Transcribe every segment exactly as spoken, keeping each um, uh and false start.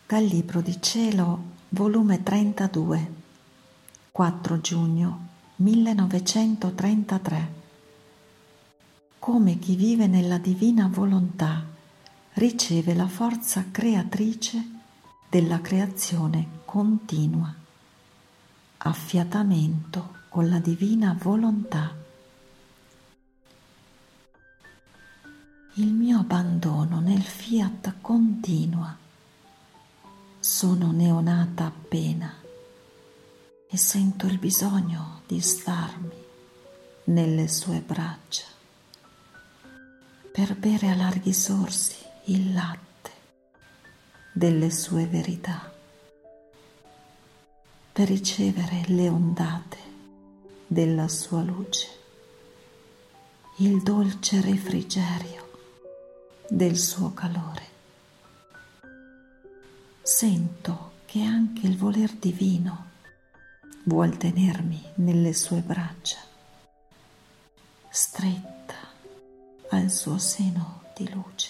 Dal Libro di Cielo, volume trentadue, quattro giugno millenovecentotrentatré. Come chi vive nella divina volontà riceve la forza creatrice della creazione continua. Affiatamento con la divina volontà. Il mio abbandono nel fiat continua. Sono neonata appena e sento il bisogno di starmi nelle sue braccia per bere a larghi sorsi il latte delle sue verità, per ricevere le ondate della sua luce, il dolce refrigerio del suo calore. Sento che anche il voler divino vuol tenermi nelle sue braccia, stretta al suo seno di luce.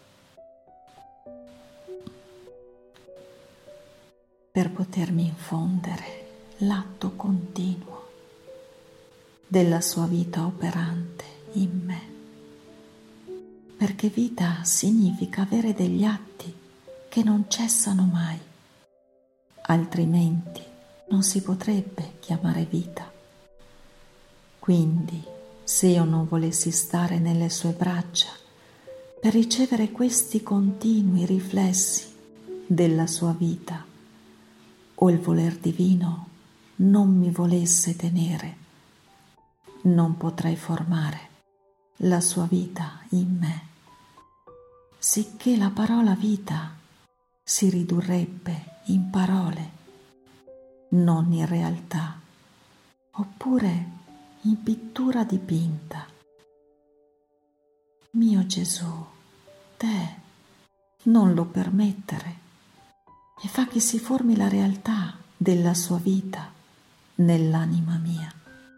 Per potermi infondere l'atto continuo della sua vita operante in me, perché vita significa avere degli atti che non cessano mai, altrimenti non si potrebbe chiamare vita. Quindi, se io non volessi stare nelle sue braccia per ricevere questi continui riflessi della sua vita, o il voler divino non mi volesse tenere, non potrei formare la sua vita in me, sicché la parola vita si ridurrebbe in parole, non in realtà, oppure in pittura dipinta. Mio Gesù, te non lo permettere e fa che si formi la realtà della sua vita nell'anima mia.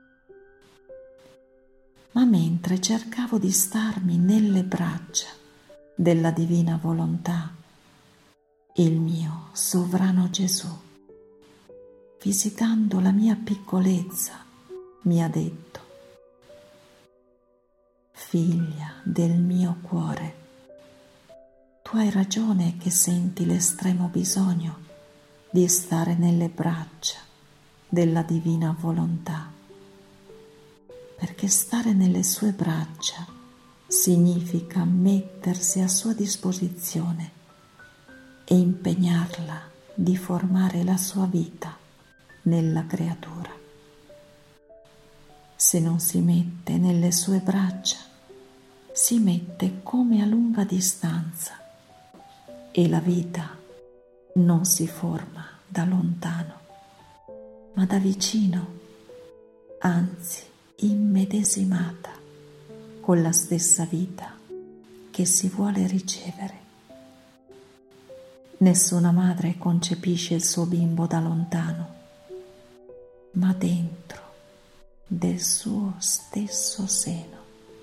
Ma mentre cercavo di starmi nelle braccia della divina volontà, il mio sovrano Gesù, visitando la mia piccolezza, mi ha detto: figlia del mio cuore, tu hai ragione che senti l'estremo bisogno di stare nelle braccia della divina volontà, perché stare nelle sue braccia significa mettersi a sua disposizione e impegnarla di formare la sua vita nella creatura. Se non si mette nelle sue braccia, si mette come a lunga distanza e la vita non si forma da lontano, ma da vicino, anzi immedesimata con la stessa vita che si vuole ricevere. Nessuna madre concepisce il suo bimbo da lontano, ma dentro del suo stesso seno.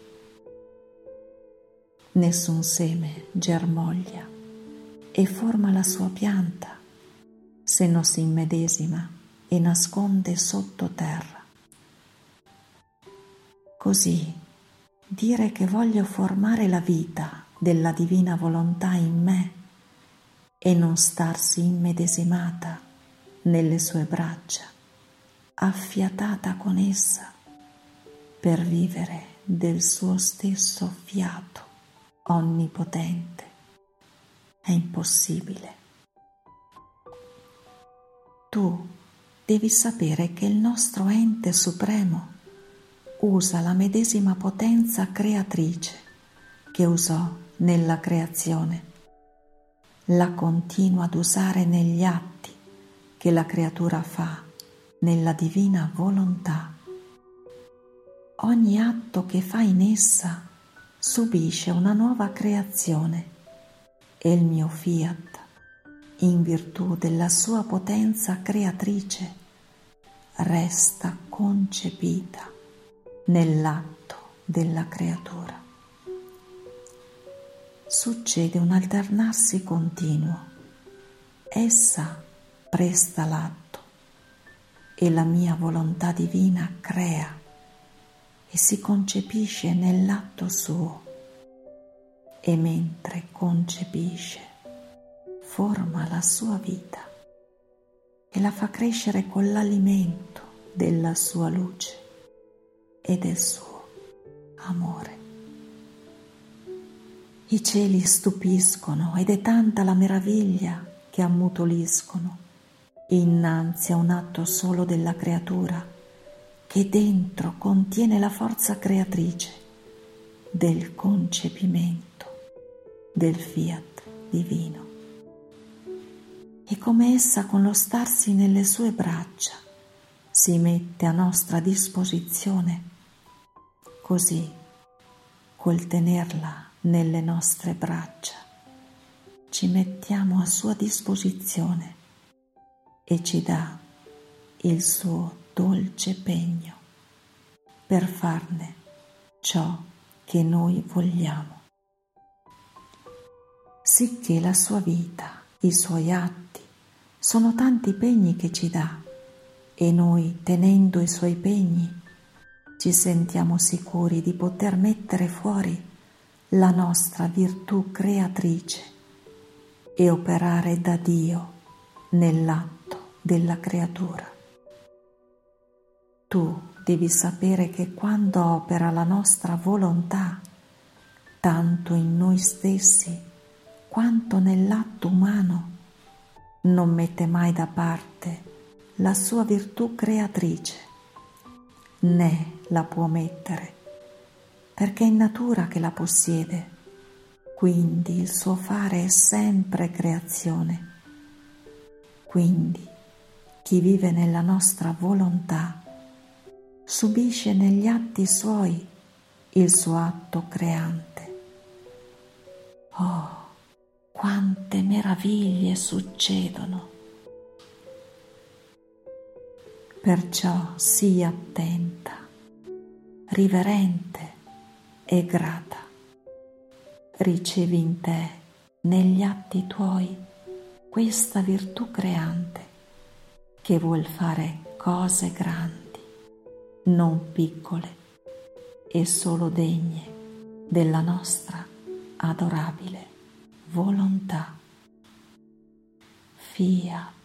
Nessun seme germoglia e forma la sua pianta se non si immedesima e nasconde sottoterra. Così, dire che voglio formare la vita della divina volontà in me e non starsi immedesimata nelle sue braccia, affiatata con essa per vivere del suo stesso fiato onnipotente, è impossibile. Tu devi sapere che il nostro ente supremo usa la medesima potenza creatrice che usò nella creazione, la continua ad usare negli atti che la creatura fa nella divina volontà. Ogni atto che fa in essa subisce una nuova creazione e il mio fiat, in virtù della sua potenza creatrice, resta concepita nell'atto della creatura. Succede un alternarsi continuo essa presta l'atto e la mia volontà divina crea e si concepisce nell'atto suo, e mentre concepisce forma la sua vita e la fa crescere con l'alimento della sua luce e del suo amore. I cieli stupiscono ed è tanta la meraviglia che ammutoliscono innanzi a un atto solo della creatura che dentro contiene la forza creatrice del concepimento del fiat divino. E come essa con lo starsi nelle sue braccia si mette a nostra disposizione, così col tenerla nelle nostre braccia ci mettiamo a sua disposizione e ci dà il suo dolce pegno per farne ciò che noi vogliamo. Sicché la sua vita, i suoi atti, sono tanti pegni che ci dà, e noi, tenendo i suoi pegni, ci sentiamo sicuri di poter mettere fuori la nostra virtù creatrice e operare da Dio nell'atto della creatura. Tu devi sapere che quando opera la nostra volontà, tanto in noi stessi quanto nell'atto umano, non mette mai da parte la sua virtù creatrice, né la può mettere, perché è in natura che la possiede, quindi il suo fare è sempre creazione. Quindi chi vive nella nostra volontà subisce negli atti suoi il suo atto creante. Oh, quante meraviglie succedono! Perciò sii attenta, riverente e grata. Ricevi in te, negli atti tuoi, questa virtù creante che vuol fare cose grandi, non piccole e solo degne della nostra adorabile volontà. Fiat.